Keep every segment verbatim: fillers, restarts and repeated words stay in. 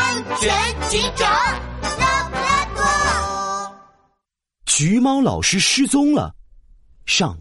安全警长拉布拉多。 橘猫老师失踪了。上。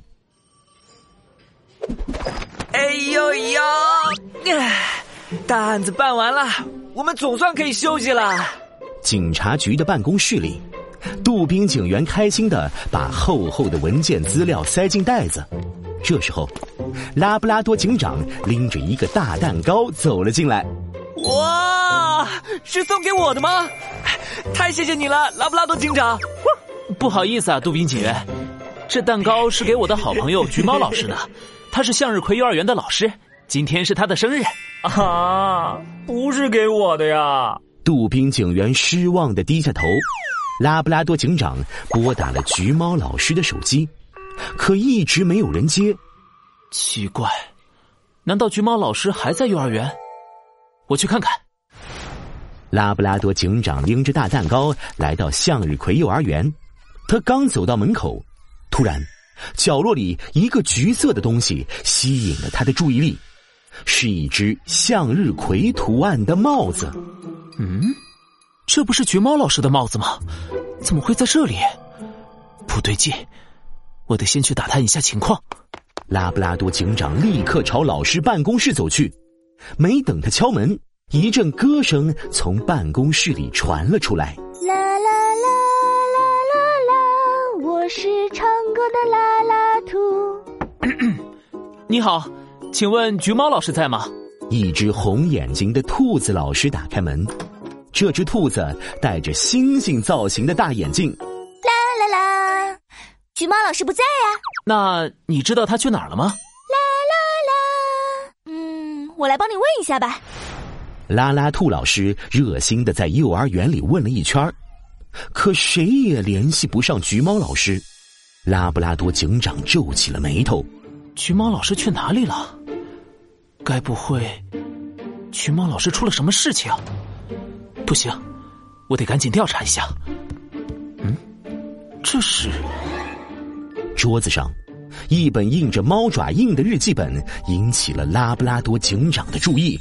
哎呦呦，大案子办完了，我们总算可以休息了。 警察局的办公室里，杜宾警员开心地把厚厚的文件资料塞进袋子。这时候，拉布拉多警长拎着一个大蛋糕走了进来。 哇，是送给我的吗？太谢谢你了，拉布拉多警长。 不好意思啊，杜宾警员，这蛋糕是给我的好朋友橘猫老师的，他是向日葵幼儿园的老师，今天是他的生日。 啊，不是给我的呀。 杜宾警员失望地低下头。拉布拉多警长拨打了橘猫老师的手机，可一直没有人接。 奇怪，难道橘猫老师还在幼儿园？我去看看。 拉布拉多警长拎着大蛋糕来到向日葵幼儿园，他刚走到门口，突然角落里一个橘色的东西吸引了他的注意力，是一只向日葵图案的帽子。 嗯，这不是橘猫老师的帽子吗？怎么会在这里？不对劲，我得先去打探一下情况。 拉布拉多警长立刻朝老师办公室走去，没等他敲门，一阵歌声从办公室里传了出来。 啦啦啦啦啦啦，我是唱歌的啦啦兔。 你好，请问橘猫老师在吗？ 一只红眼睛的兔子老师打开门，这只兔子戴着星星造型的大眼镜。 啦啦啦，橘猫老师不在呀。 那你知道他去哪儿了吗？啦啦啦，嗯，我来帮你问一下吧。 拉拉兔老师热心地在幼儿园里问了一圈，可谁也联系不上橘猫老师。拉布拉多警长皱起了眉头。 橘猫老师去哪里了？该不会橘猫老师出了什么事情？不行，我得赶紧调查一下。嗯，这是…… 桌子上一本印着猫爪印的日记本引起了拉布拉多警长的注意。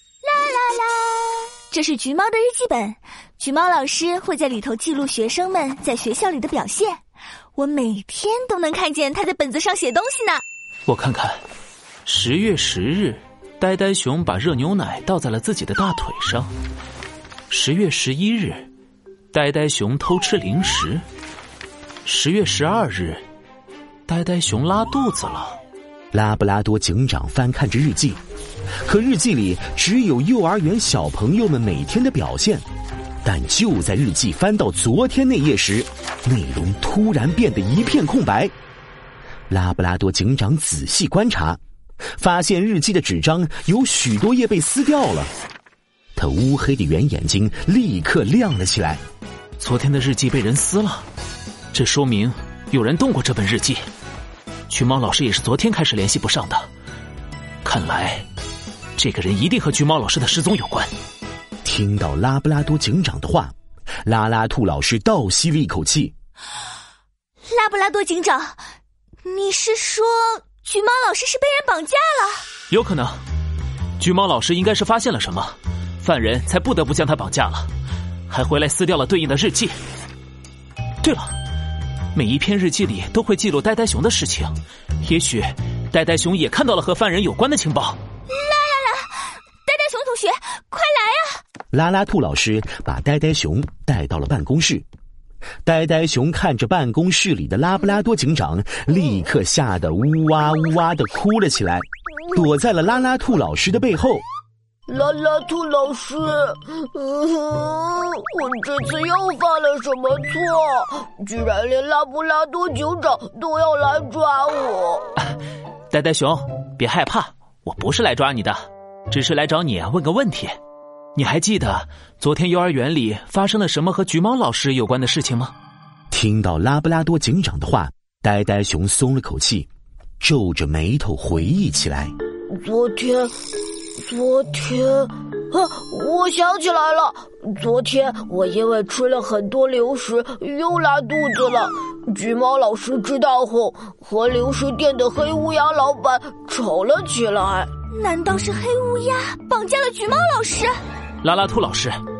这是橘猫的日记本，橘猫老师会在里头记录学生们在学校里的表现，我每天都能看见他在本子上写东西呢。 我看看，十月十日，呆呆熊把热牛奶倒在了自己的大腿上。十月十一日，呆呆熊偷吃零食。十月十二日，呆呆熊拉肚子了。 拉布拉多警长翻看着日记，可日记里只有幼儿园小朋友们每天的表现。但就在日记翻到昨天那页时，内容突然变得一片空白。拉布拉多警长仔细观察，发现日记的纸张有许多页被撕掉了。他乌黑的圆眼睛立刻亮了起来。 昨天的日记被人撕了，这说明有人动过这本日记。橘猫老师也是昨天开始联系不上的，看来这个人一定和橘猫老师的失踪有关。 听到拉布拉多警长的话，拉拉兔老师倒吸了一口气。 拉布拉多警长，你是说橘猫老师是被人绑架了？ 有可能，橘猫老师应该是发现了什么，犯人才不得不将他绑架了，还回来撕掉了对应的日记。对了，每一篇日记里都会记录呆呆熊的事情，也许呆呆熊也看到了和犯人有关的情报。 啦啦啦，呆呆熊同学，快来啊！ 拉拉兔老师把呆呆熊带到了办公室。呆呆熊看着办公室里的拉布拉多警长，立刻吓得呜哇呜哇地哭了起来，躲在了拉拉兔老师的背后。 拉拉兔老师，嗯，我这次又犯了什么错？居然连拉布拉多警长都要来抓我！ 呆呆熊，别害怕，我不是来抓你的，只是来找你问个问题。你还记得昨天幼儿园里发生了什么和橘猫老师有关的事情吗？ 听到拉布拉多警长的话，呆呆熊松了口气，皱着眉头回忆起来。 昨天昨天啊，我想起来了，昨天我因为吃了很多零食又拉肚子了，橘猫老师知道后和零食店的黑乌鸦老板吵了起来。 难道是黑乌鸦绑架了橘猫老师？ 拉拉兔老师，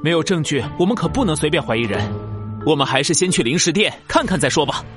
没有证据，我们可不能随便怀疑人。我们还是先去零食店看看再说吧。